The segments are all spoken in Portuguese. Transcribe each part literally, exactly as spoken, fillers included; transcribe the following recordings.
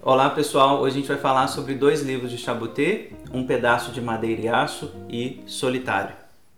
Olá pessoal, hoje a gente vai falar sobre dois livros de Chaboté, Um Pedaço de Madeira e Aço e Solitário.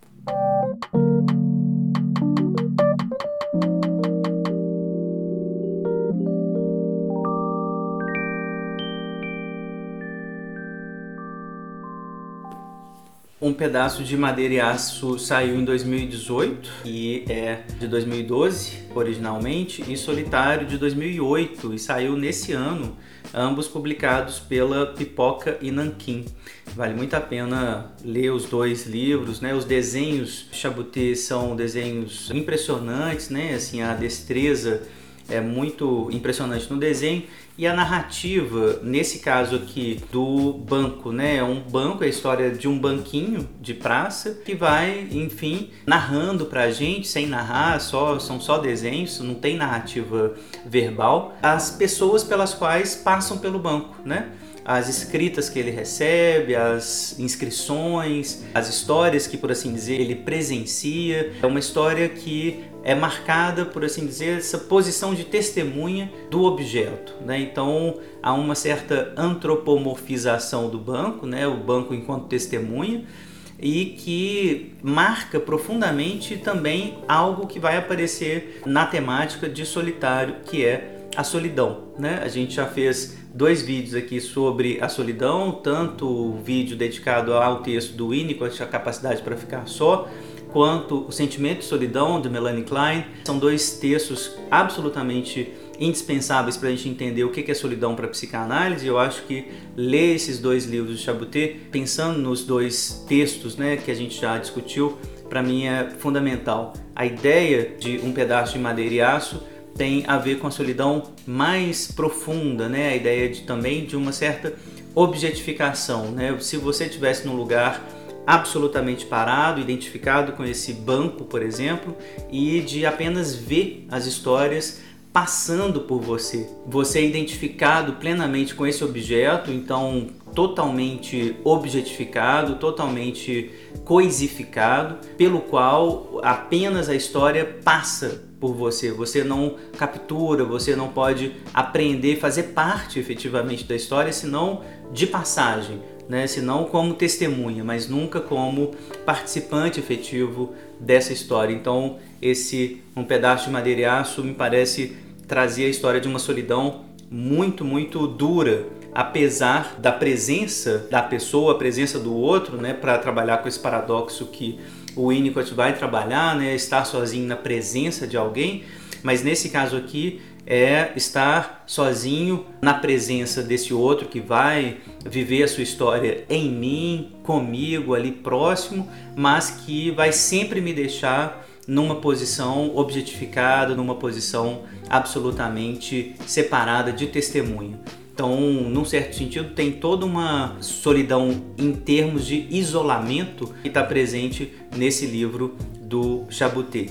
Um Pedaço de Madeira e Aço saiu em dois mil e dezoito e é de dois mil e doze originalmente, e Solitário de dois mil e oito e saiu nesse ano, ambos publicados pela Pipoca e Nanquim. Vale muito a pena ler os dois livros, né? Os desenhos de Chaboté são desenhos impressionantes, né? Assim, a destreza é muito impressionante no desenho, e a narrativa, nesse caso aqui do banco, né? Um banco é a história de um banquinho de praça que vai, enfim, narrando pra gente, sem narrar, só, são só desenhos, não tem narrativa verbal, as pessoas pelas quais passam pelo banco, né? As escritas que ele recebe, as inscrições, as histórias que, por assim dizer, ele presencia. É uma história que é marcada, por assim dizer, essa posição de testemunha do objeto, né? Então há uma certa antropomorfização do banco, né? O banco enquanto testemunha, e que marca profundamente também algo que vai aparecer na temática de Solitário, que é a solidão, né? A gente já fez dois vídeos aqui sobre a solidão, tanto o vídeo dedicado ao texto do Winnicott, a capacidade para ficar só, quanto o Sentimento de Solidão, de Melanie Klein. São dois textos absolutamente indispensáveis para a gente entender o que é solidão para a psicanálise. Eu acho que ler esses dois livros de Chaboté, pensando nos dois textos, né, que a gente já discutiu, para mim é fundamental. A ideia de Um Pedaço de Madeira e Aço tem a ver com a solidão mais profunda, né? A ideia de, também de uma certa objetificação, né? Se você estivesse num lugar absolutamente parado, identificado com esse banco, por exemplo, e de apenas ver as histórias passando por você. Você é identificado plenamente com esse objeto, então totalmente objetificado, totalmente coisificado, pelo qual apenas a história passa por você. Você não captura, você não pode aprender, fazer parte efetivamente da história, senão de passagem, né? Senão como testemunha, mas nunca como participante efetivo dessa história. Então esse Um Pedaço de Madeira e Aço me parece trazer a história de uma solidão muito, muito dura, apesar da presença da pessoa, a presença do outro, né, para trabalhar com esse paradoxo que o Winnicott vai trabalhar, né, estar sozinho na presença de alguém, mas nesse caso aqui é estar sozinho na presença desse outro que vai viver a sua história em mim, comigo, ali próximo, mas que vai sempre me deixar numa posição objetificada, numa posição absolutamente separada de testemunha. Então, num certo sentido, tem toda uma solidão em termos de isolamento que está presente nesse livro do Chaboté.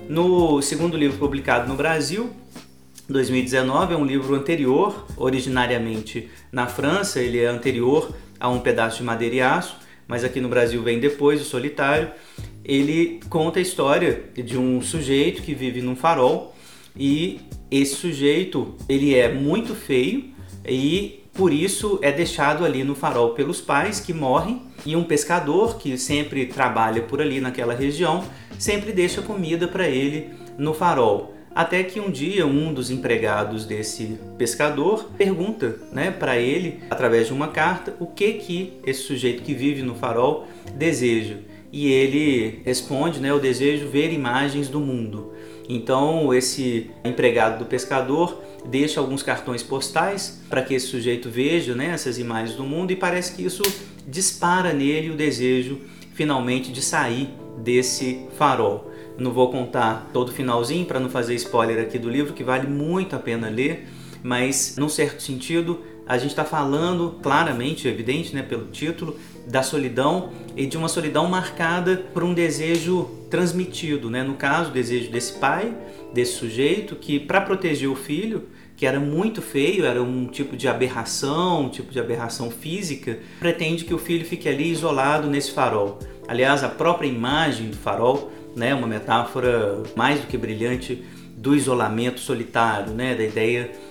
No segundo livro publicado no Brasil, dois mil e dezenove, é um livro anterior, originariamente na França, ele é anterior a Um Pedaço de Madeira e Aço, mas aqui no Brasil vem depois, o Solitário. Ele conta a história de um sujeito que vive num farol, e esse sujeito ele é muito feio e por isso é deixado ali no farol pelos pais, que morrem, e um pescador que sempre trabalha por ali naquela região sempre deixa comida para ele no farol. Até que um dia um dos empregados desse pescador pergunta, né, para ele, através de uma carta, o que que esse sujeito que vive no farol deseja. E ele responde, né, eu desejo ver imagens do mundo. Então esse empregado do pescador deixa alguns cartões postais para que esse sujeito veja, né, essas imagens do mundo, e parece que isso dispara nele o desejo finalmente de sair desse farol. Não vou contar todo o finalzinho para não fazer spoiler aqui do livro, que vale muito a pena ler, mas num certo sentido a gente está falando claramente, evidente, né, pelo título, da solidão, e de uma solidão marcada por um desejo transmitido, né? No caso, o desejo desse pai, desse sujeito, que para proteger o filho, que era muito feio, era um tipo de aberração, um tipo de aberração física, pretende que o filho fique ali isolado nesse farol. Aliás, a própria imagem do farol, né, uma metáfora mais do que brilhante do isolamento solitário, né, da ideia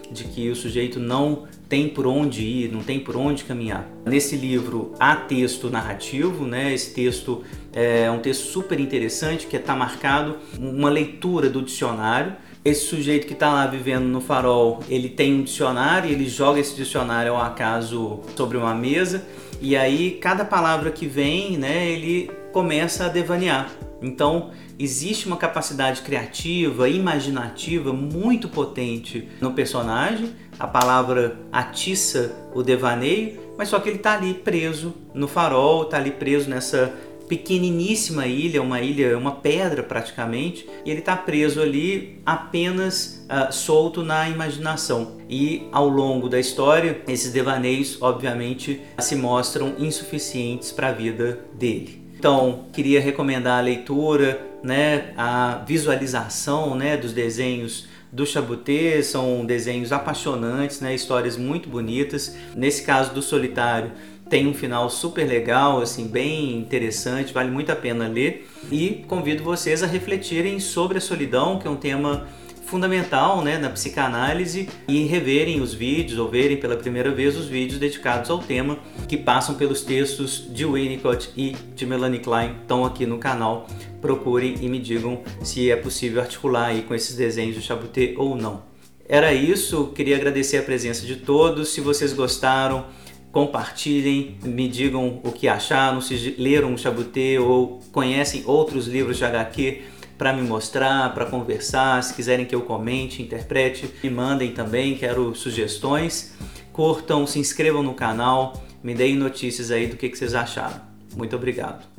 de que o sujeito não tem por onde ir, não tem por onde caminhar. Nesse livro há texto narrativo, né? Esse texto é um texto super interessante que está marcado uma leitura do dicionário. Esse sujeito que está lá vivendo no farol, ele tem um dicionário, ele joga esse dicionário ao acaso sobre uma mesa e aí cada palavra que vem, né, ele começa a devanear. Então existe uma capacidade criativa, imaginativa muito potente no personagem. A palavra atiça o devaneio, mas só que ele está ali preso no farol, está ali preso nessa pequeniníssima ilha, uma ilha, uma pedra praticamente, e ele está preso ali apenas uh, solto na imaginação. E ao longo da história, esses devaneios obviamente se mostram insuficientes para a vida dele. Então, queria recomendar a leitura, né, a visualização, né, dos desenhos do Chaboté. São desenhos apaixonantes, né, histórias muito bonitas. Nesse caso do Solitário, tem um final super legal, assim, bem interessante, vale muito a pena ler. E convido vocês a refletirem sobre a solidão, que é um tema fundamental, né, na psicanálise, e reverem os vídeos ou verem pela primeira vez os vídeos dedicados ao tema, que passam pelos textos de Winnicott e de Melanie Klein, estão aqui no canal. Procurem e me digam se é possível articular aí com esses desenhos do Chaboté ou não. Era isso, queria agradecer a presença de todos. Se vocês gostaram, compartilhem, me digam o que acharam, se leram o Chaboté ou conhecem outros livros de agá quê para me mostrar, para conversar. Se quiserem que eu comente, interprete, me mandem também, quero sugestões. Curtam, se inscrevam no canal, me deem notícias aí do que, que vocês acharam. Muito obrigado.